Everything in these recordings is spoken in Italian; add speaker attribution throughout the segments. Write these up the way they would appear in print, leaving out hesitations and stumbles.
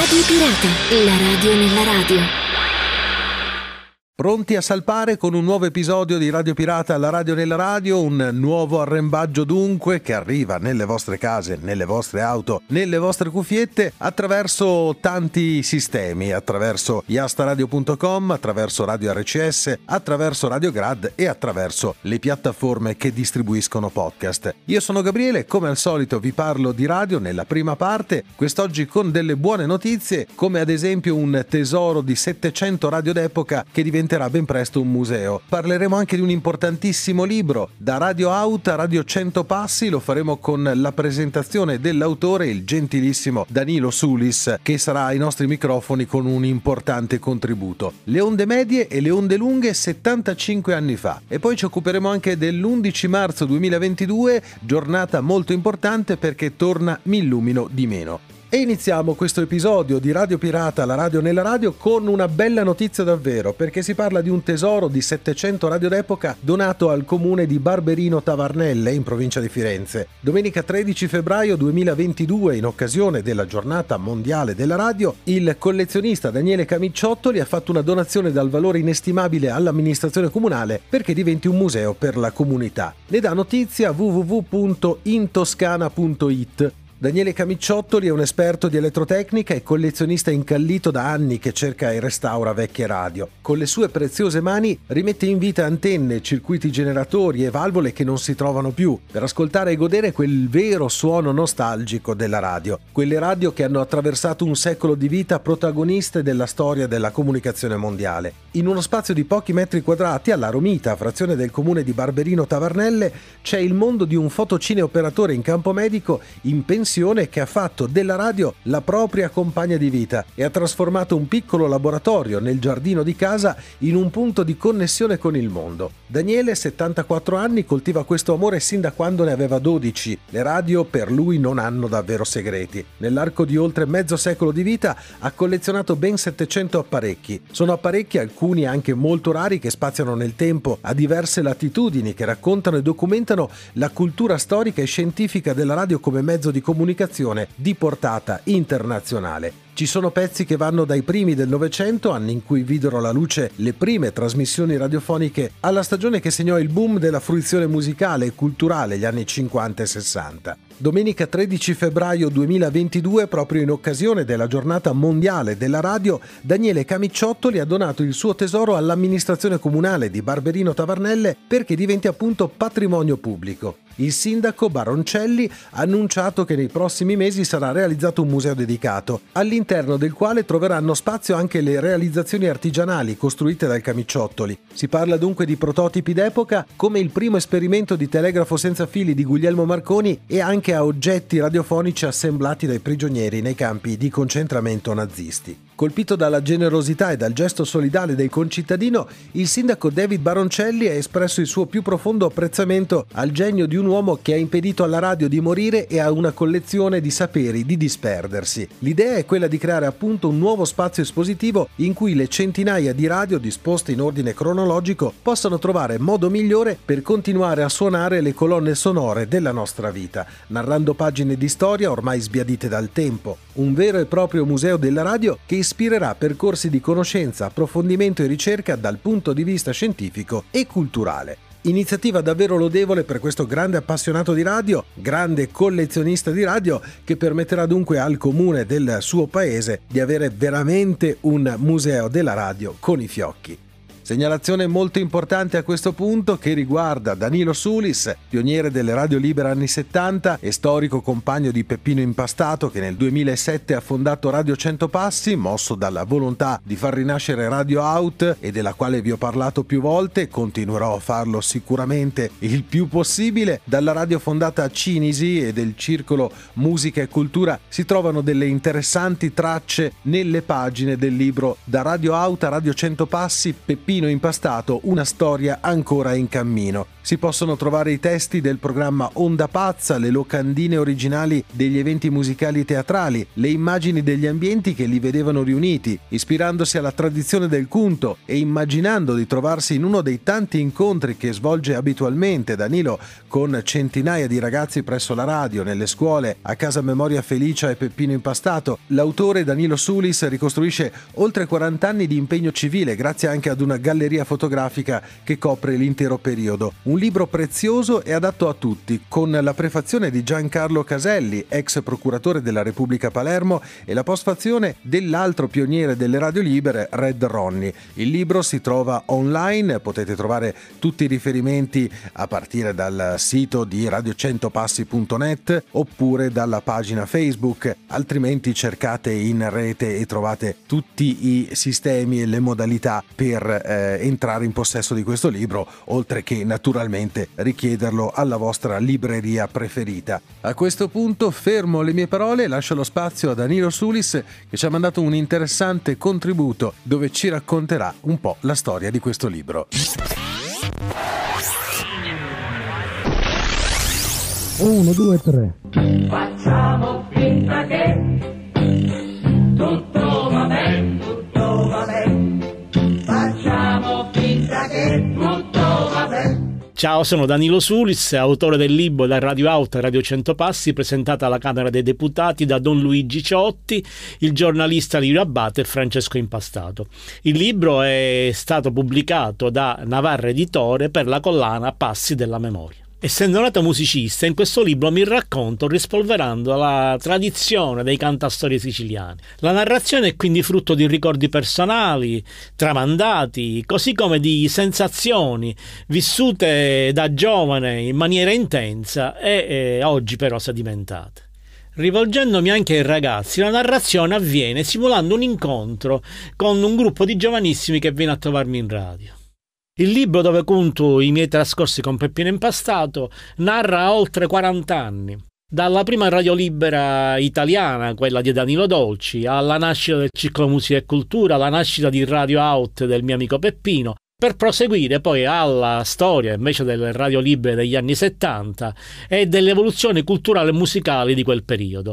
Speaker 1: Radio Pirata, la radio nella radio.
Speaker 2: Pronti a salpare con un nuovo episodio di Radio Pirata, la radio nella radio, un nuovo arrembaggio dunque che arriva nelle vostre case, nelle vostre auto, nelle vostre cuffiette attraverso tanti sistemi, attraverso yastaradio.com, attraverso Radio RCS, attraverso Radio Grad e attraverso le piattaforme che distribuiscono podcast. Io sono Gabriele, come al solito vi parlo di radio nella prima parte, quest'oggi con delle buone notizie, come ad esempio un tesoro di 700 radio d'epoca che diventerà ben presto un museo. Parleremo anche di un importantissimo libro, da Radio Out a Radio 100 Passi, lo faremo con la presentazione dell'autore, il gentilissimo Danilo Sulis, che sarà ai nostri microfoni con un importante contributo. Le onde medie e le onde lunghe 75 anni fa. E poi ci occuperemo anche dell'11 marzo 2022, giornata molto importante perché torna M'illumino di meno. E iniziamo questo episodio di Radio Pirata, la radio nella radio, con una bella notizia davvero, perché si parla di un tesoro di 700 radio d'epoca donato al comune di Barberino Tavarnelle, in provincia di Firenze. Domenica 13 febbraio 2022, in occasione della giornata mondiale della radio, il collezionista Daniele Camicciottoli ha fatto una donazione dal valore inestimabile all'amministrazione comunale perché diventi un museo per la comunità. Ne dà notizia www.intoscana.it. Daniele Camicciottoli è un esperto di elettrotecnica e collezionista incallito da anni che cerca e restaura vecchie radio. Con le sue preziose mani rimette in vita antenne, circuiti generatori e valvole che non si trovano più, per ascoltare e godere quel vero suono nostalgico della radio. Quelle radio che hanno attraversato un secolo di vita, protagoniste della storia della comunicazione mondiale. In uno spazio di pochi metri quadrati, alla Romita, frazione del comune di Barberino Tavarnelle, c'è il mondo di un fotocineoperatore in campo medico in pensione che ha fatto della radio la propria compagna di vita e ha trasformato un piccolo laboratorio nel giardino di casa in un punto di connessione con il mondo. Daniele, 74 anni, coltiva questo amore sin da quando ne aveva 12. Le radio per lui non hanno davvero segreti. Nell'arco di oltre mezzo secolo di vita ha collezionato ben 700 apparecchi. Sono apparecchi, alcuni anche molto rari, che spaziano nel tempo a diverse latitudini, che raccontano e documentano la cultura storica e scientifica della radio come mezzo di comunicazione di portata internazionale. Ci sono pezzi che vanno dai primi del Novecento, anni in cui videro la luce le prime trasmissioni radiofoniche, alla stagione che segnò il boom della fruizione musicale e culturale, gli anni 50 e 60. Domenica 13 febbraio 2022, proprio in occasione della giornata mondiale della radio, Daniele Camicciottoli ha donato il suo tesoro all'amministrazione comunale di Barberino Tavarnelle perché diventi appunto patrimonio pubblico. Il sindaco Baroncelli ha annunciato che nei prossimi mesi sarà realizzato un museo dedicato, all'interno del quale troveranno spazio anche le realizzazioni artigianali costruite dal Camicciottoli. Si parla dunque di prototipi d'epoca, come il primo esperimento di telegrafo senza fili di Guglielmo Marconi, e anche a oggetti radiofonici assemblati dai prigionieri nei campi di concentramento nazisti. Colpito dalla generosità e dal gesto solidale del concittadino, il sindaco David Baroncelli ha espresso il suo più profondo apprezzamento al genio di un uomo che ha impedito alla radio di morire e a una collezione di saperi di disperdersi. L'idea è quella di creare appunto un nuovo spazio espositivo in cui le centinaia di radio disposte in ordine cronologico possano trovare modo migliore per continuare a suonare le colonne sonore della nostra vita, narrando pagine di storia ormai sbiadite dal tempo. Un vero e proprio museo della radio che ispirerà percorsi di conoscenza, approfondimento e ricerca dal punto di vista scientifico e culturale. Iniziativa davvero lodevole per questo grande appassionato di radio, grande collezionista di radio, che permetterà dunque al comune del suo paese di avere veramente un museo della radio con i fiocchi. Segnalazione molto importante a questo punto che riguarda Danilo Sulis, pioniere delle radio libere anni 70 e storico compagno di Peppino Impastato, che nel 2007 ha fondato Radio 100 Passi, mosso dalla volontà di far rinascere Radio Out e della quale vi ho parlato più volte e continuerò a farlo sicuramente il più possibile. Dalla radio fondata a Cinisi e del circolo Musica e Cultura si trovano delle interessanti tracce nelle pagine del libro Da Radio Out a Radio 100 Passi, Peppino Peppino Impastato, una storia ancora in cammino. Si possono trovare i testi del programma Onda Pazza, le locandine originali degli eventi musicali e teatrali, le immagini degli ambienti che li vedevano riuniti, ispirandosi alla tradizione del Cunto e immaginando di trovarsi in uno dei tanti incontri che svolge abitualmente Danilo con centinaia di ragazzi presso la radio, nelle scuole, a Casa Memoria Felicia e Peppino Impastato. L'autore Danilo Sulis ricostruisce oltre 40 anni di impegno civile grazie anche ad una galleria fotografica che copre l'intero periodo. Un libro prezioso e adatto a tutti, con la prefazione di Giancarlo Caselli, ex procuratore della Repubblica Palermo, e la postfazione dell'altro pioniere delle radio libere, Red Ronnie. Il libro si trova online, potete trovare tutti i riferimenti a partire dal sito di radio100passi.net oppure dalla pagina Facebook, altrimenti cercate in rete e trovate tutti i sistemi e le modalità per entrare in possesso di questo libro, oltre che naturalmente richiederlo alla vostra libreria preferita. A questo punto fermo le mie parole e lascio lo spazio a Danilo Sulis, che ci ha mandato un interessante contributo dove ci racconterà un po' la storia di questo libro.
Speaker 3: 1, 2, 3.
Speaker 4: Facciamo finta che tutto va bene, tutto va bene. Facciamo finta che tutto va bene.
Speaker 5: Ciao, sono Danilo Sulis, autore del libro Da Radio Out a Radio 100 Passi, presentata alla Camera dei Deputati da Don Luigi Ciotti, il giornalista Lirio Abate e Francesco Impastato. Il libro è stato pubblicato da Navarra Editore per la collana Passi della Memoria. Essendo nato musicista, in questo libro mi racconto rispolverando la tradizione dei cantastorie siciliani. La narrazione è quindi frutto di ricordi personali, tramandati, così come di sensazioni vissute da giovane in maniera intensa e oggi però sedimentate. Rivolgendomi anche ai ragazzi, la narrazione avviene simulando un incontro con un gruppo di giovanissimi che viene a trovarmi in radio. Il libro, dove conto i miei trascorsi con Peppino Impastato, narra oltre 40 anni. Dalla prima radio libera italiana, quella di Danilo Dolci, alla nascita del ciclo Musica e Cultura, alla nascita di Radio Out del mio amico Peppino, per proseguire poi alla storia invece delle radio libere degli anni 70 e delle evoluzioni culturali e musicali di quel periodo,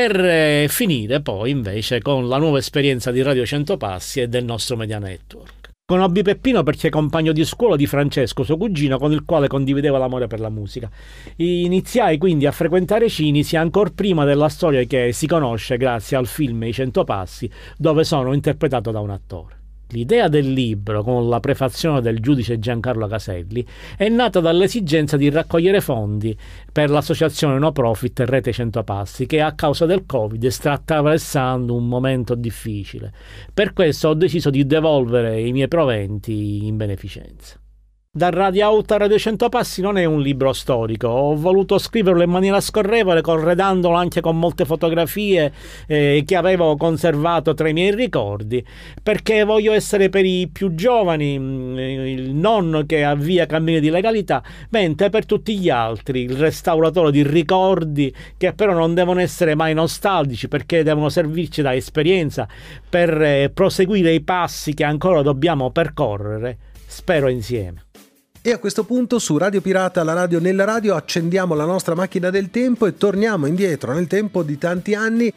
Speaker 5: per finire poi invece con la nuova esperienza di Radio 100 Passi e del nostro media network. Conobbi Peppino perché compagno di scuola di Francesco, suo cugino, con il quale condivideva l'amore per la musica. Iniziai quindi a frequentare Cinisi ancor prima della storia che si conosce grazie al film I 100 Passi, dove sono interpretato da un attore. L'idea del libro, con la prefazione del giudice Giancarlo Caselli, è nata dall'esigenza di raccogliere fondi per l'associazione no profit Rete 100 Passi, che a causa del Covid sta attraversando un momento difficile. Per questo ho deciso di devolvere i miei proventi in beneficenza. Da Radio Out a Radio 100 Passi non è un libro storico, ho voluto scriverlo in maniera scorrevole, corredandolo anche con molte fotografie che avevo conservato tra i miei ricordi, perché voglio essere per i più giovani il nonno che avvia cammini di legalità, mentre per tutti gli altri il restauratore di ricordi che però non devono essere mai nostalgici, perché devono servirci da esperienza per proseguire i passi che ancora dobbiamo percorrere, spero insieme.
Speaker 2: E a questo punto su Radio Pirata, la radio nella radio, accendiamo la nostra macchina del tempo e torniamo indietro nel tempo di tanti anni,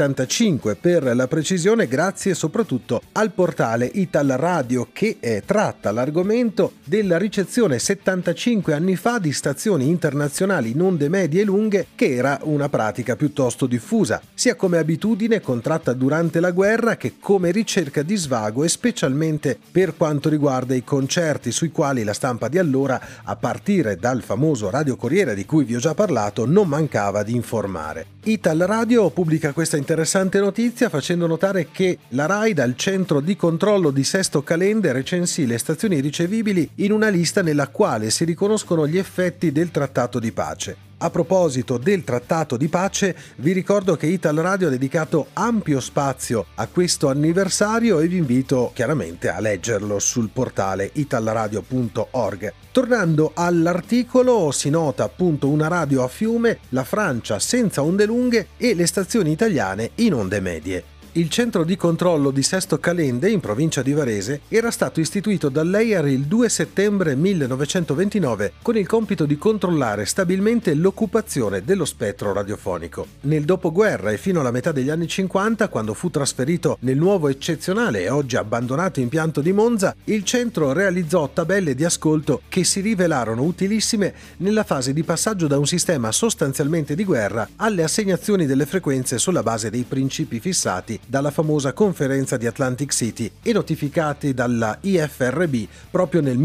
Speaker 2: 75 per la precisione, grazie soprattutto al portale Ital Radio che tratta l'argomento della ricezione 75 anni fa di stazioni internazionali in onde medie e lunghe, che era una pratica piuttosto diffusa, sia come abitudine contratta durante la guerra che come ricerca di svago, e specialmente per quanto riguarda i concerti sui quali la stampa di allora, a partire dal famoso Radio Corriere di cui vi ho già parlato, non mancava di informare. Ital Radio pubblica questa interessante notizia facendo notare che la RAI, dal centro di controllo di Sesto Calende, recensì le stazioni ricevibili in una lista nella quale si riconoscono gli effetti del trattato di pace. A proposito del trattato di pace, vi ricordo che Ital Radio ha dedicato ampio spazio a questo anniversario e vi invito chiaramente a leggerlo sul portale italradio.org. Tornando all'articolo, si nota appunto una radio a fiume, la Francia senza onde lunghe e le stazioni italiane in onde medie. Il centro di controllo di Sesto Calende, in provincia di Varese, era stato istituito dall'EIAR il 2 settembre 1929 con il compito di controllare stabilmente l'occupazione dello spettro radiofonico. Nel dopoguerra e fino alla metà degli anni 50, quando fu trasferito nel nuovo eccezionale e oggi abbandonato impianto di Monza, il centro realizzò tabelle di ascolto che si rivelarono utilissime nella fase di passaggio da un sistema sostanzialmente di guerra alle assegnazioni delle frequenze sulla base dei principi fissati dalla famosa conferenza di Atlantic City e notificati dalla IFRB proprio nel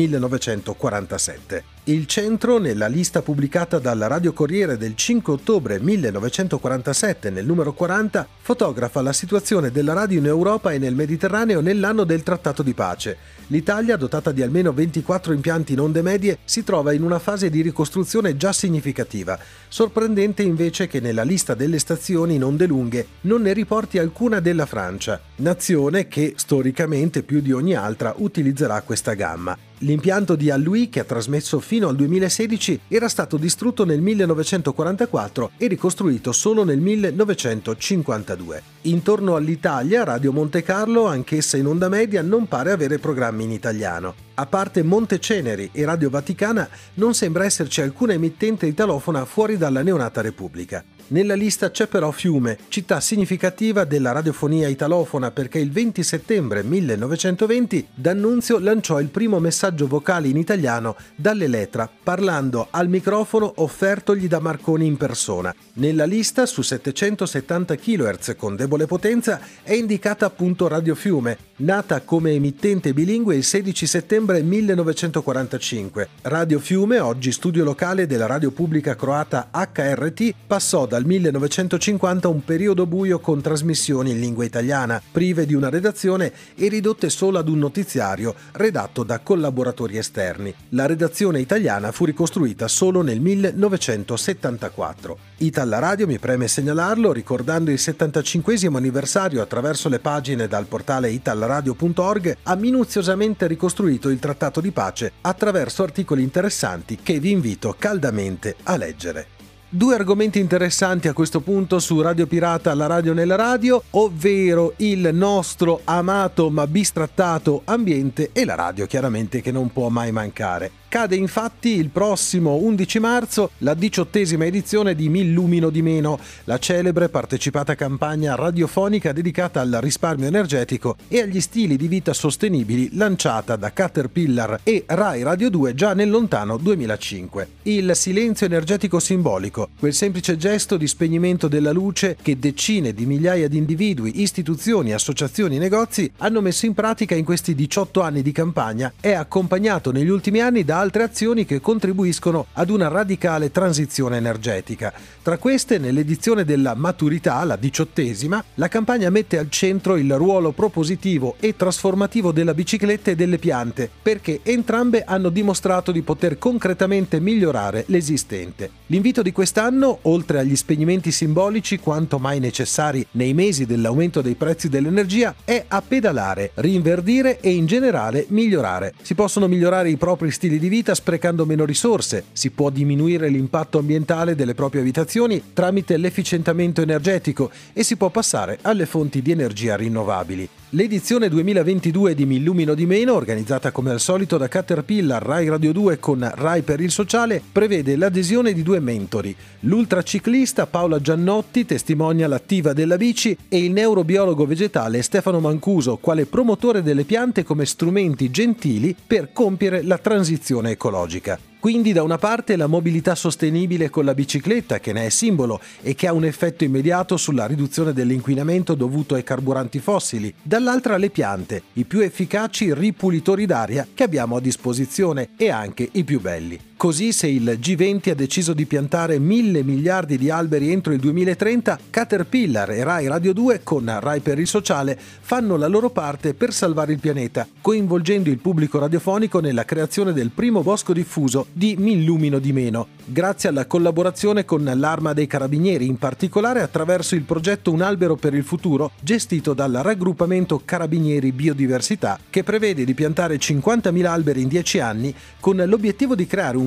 Speaker 2: 1947. Il centro, nella lista pubblicata dal Radio Corriere del 5 ottobre 1947 nel numero 40, fotografa la situazione della radio in Europa e nel Mediterraneo nell'anno del Trattato di pace. L'Italia, dotata di almeno 24 impianti in onde medie, si trova in una fase di ricostruzione già significativa. Sorprendente invece che nella lista delle stazioni in onde lunghe non ne riporti alcuna della Francia, nazione che storicamente più di ogni altra utilizzerà questa gamma. L'impianto di Allouis, che ha trasmesso fino al 2016, era stato distrutto nel 1944 e ricostruito solo nel 1952. Intorno all'Italia, Radio Monte Carlo, anch'essa in onda media, non pare avere programmi in italiano. A parte Monteceneri e Radio Vaticana, non sembra esserci alcuna emittente italofona fuori dalla neonata Repubblica. Nella lista c'è però Fiume, città significativa della radiofonia italofona, perché il 20 settembre 1920 D'Annunzio lanciò il primo messaggio vocale in italiano dall'Eletra, parlando al microfono offertogli da Marconi in persona. Nella lista, su 770 kHz con debole potenza, è indicata appunto Radio Fiume, nata come emittente bilingue il 16 settembre 1945. Radio Fiume, oggi studio locale della radio pubblica croata HRT, passò dal 1950 un periodo buio con trasmissioni in lingua italiana, prive di una redazione e ridotte solo ad un notiziario redatto da collaboratori esterni. La redazione italiana fu ricostruita solo nel 1974. Italla Radio, mi preme segnalarlo, ricordando il 75° anniversario attraverso le pagine dal portale itallaradio.org, ha minuziosamente ricostruito il trattato di pace attraverso articoli interessanti che vi invito caldamente a leggere. Due argomenti interessanti a questo punto su Radio Pirata, la radio nella radio, ovvero il nostro amato ma bistrattato ambiente e la radio chiaramente che non può mai mancare. Cade infatti il prossimo 11 marzo la 18ª edizione di Mi illumino di meno, la celebre partecipata campagna radiofonica dedicata al risparmio energetico e agli stili di vita sostenibili lanciata da Caterpillar e Rai Radio 2 già nel lontano 2005. Il silenzio energetico simbolico, quel semplice gesto di spegnimento della luce che decine di migliaia di individui, istituzioni, associazioni e negozi hanno messo in pratica in questi 18 anni di campagna, è accompagnato negli ultimi anni da altre azioni che contribuiscono ad una radicale transizione energetica. Tra queste, nell'edizione della maturità, la 18ª, la campagna mette al centro il ruolo propositivo e trasformativo della bicicletta e delle piante, perché entrambe hanno dimostrato di poter concretamente migliorare l'esistente. L'invito di quest'anno, oltre agli spegnimenti simbolici quanto mai necessari nei mesi dell'aumento dei prezzi dell'energia, è a pedalare, rinverdire e in generale migliorare. Si possono migliorare i propri stili di vita sprecando meno risorse, si può diminuire l'impatto ambientale delle proprie abitazioni tramite l'efficientamento energetico e si può passare alle fonti di energia rinnovabili. L'edizione 2022 di Mi illumino di meno, organizzata come al solito da Caterpillar, Rai Radio 2 con Rai per il Sociale, prevede l'adesione di due mentori. L'ultraciclista Paola Giannotti, testimonial attiva della bici, e il neurobiologo vegetale Stefano Mancuso, quale promotore delle piante come strumenti gentili per compiere la transizione ecologica. Quindi da una parte la mobilità sostenibile con la bicicletta, che ne è simbolo e che ha un effetto immediato sulla riduzione dell'inquinamento dovuto ai carburanti fossili, dall'altra le piante, i più efficaci ripulitori d'aria che abbiamo a disposizione e anche i più belli. Così, se il G20 ha deciso di piantare 1.000 miliardi di alberi entro il 2030, Caterpillar e Rai Radio 2 con Rai per il Sociale fanno la loro parte per salvare il pianeta, coinvolgendo il pubblico radiofonico nella creazione del primo bosco diffuso di Mi illumino di meno, grazie alla collaborazione con l'Arma dei Carabinieri, in particolare attraverso il progetto Un albero per il futuro, gestito dal raggruppamento Carabinieri Biodiversità, che prevede di piantare 50.000 alberi in 10 anni con l'obiettivo di creare un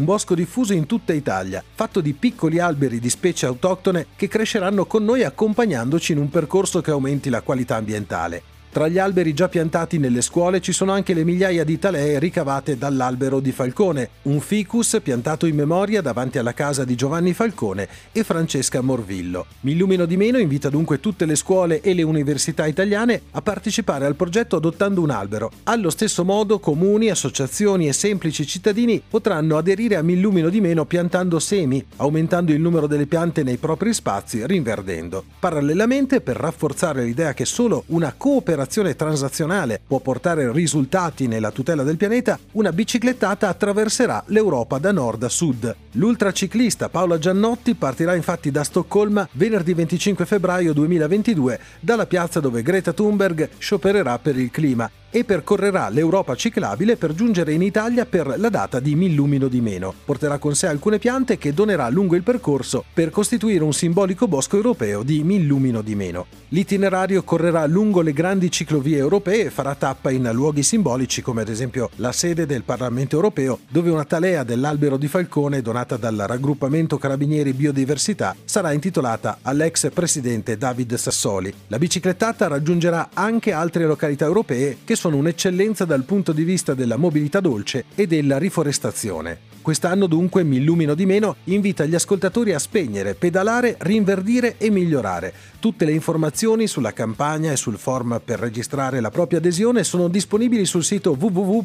Speaker 2: un bosco diffuso in tutta Italia, fatto di piccoli alberi di specie autoctone che cresceranno con noi accompagnandoci in un percorso che aumenti la qualità ambientale. Tra gli alberi già piantati nelle scuole ci sono anche le migliaia di talee ricavate dall'albero di Falcone, un ficus piantato in memoria davanti alla casa di Giovanni Falcone e Francesca Morvillo. Mi illumino di meno invita dunque tutte le scuole e le università italiane a partecipare al progetto adottando un albero. Allo stesso modo comuni, associazioni e semplici cittadini potranno aderire a Mi illumino di meno piantando semi, aumentando il numero delle piante nei propri spazi, rinverdendo. Parallelamente, per rafforzare l'idea che solo una cooperazione transazionale può portare risultati nella tutela del pianeta, una biciclettata attraverserà l'Europa da nord a sud. L'ultraciclista Paola Giannotti partirà infatti da Stoccolma venerdì 25 febbraio 2022 dalla piazza dove Greta Thunberg sciopererà per il clima e percorrerà l'Europa ciclabile per giungere in Italia per la data di Mi illumino di meno. Porterà con sé alcune piante che donerà lungo il percorso per costituire un simbolico bosco europeo di Mi illumino di meno. L'itinerario correrà lungo le grandi ciclovie europee e farà tappa in luoghi simbolici come ad esempio la sede del Parlamento europeo, dove una talea dell'albero di Falcone donata dal raggruppamento Carabinieri Biodiversità sarà intitolata all'ex presidente David Sassoli. La biciclettata raggiungerà anche altre località europee che sono un'eccellenza dal punto di vista della mobilità dolce e della riforestazione. Quest'anno dunque Mi illumino di meno invita gli ascoltatori a spegnere, pedalare, rinverdire e migliorare. Tutte le informazioni sulla campagna e sul form per registrare la propria adesione sono disponibili sul sito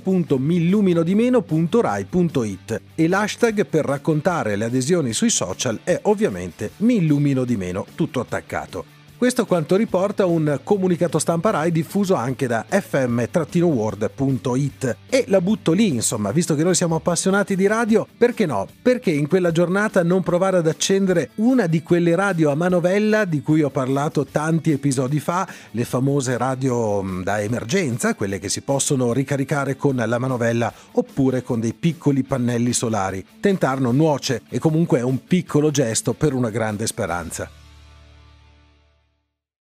Speaker 2: www.miilluminodimeno.rai.it e l'hashtag per raccontare le adesioni sui social è ovviamente Mi illumino di meno, tutto attaccato. Questo quanto riporta un comunicato stampa Rai diffuso anche da fm-world.it. E la butto lì, insomma, visto che noi siamo appassionati di radio, perché no? Perché in quella giornata non provare ad accendere una di quelle radio a manovella di cui ho parlato tanti episodi fa, le famose radio da emergenza, quelle che si possono ricaricare con la manovella oppure con dei piccoli pannelli solari. Tentar non nuoce e comunque è un piccolo gesto per una grande speranza.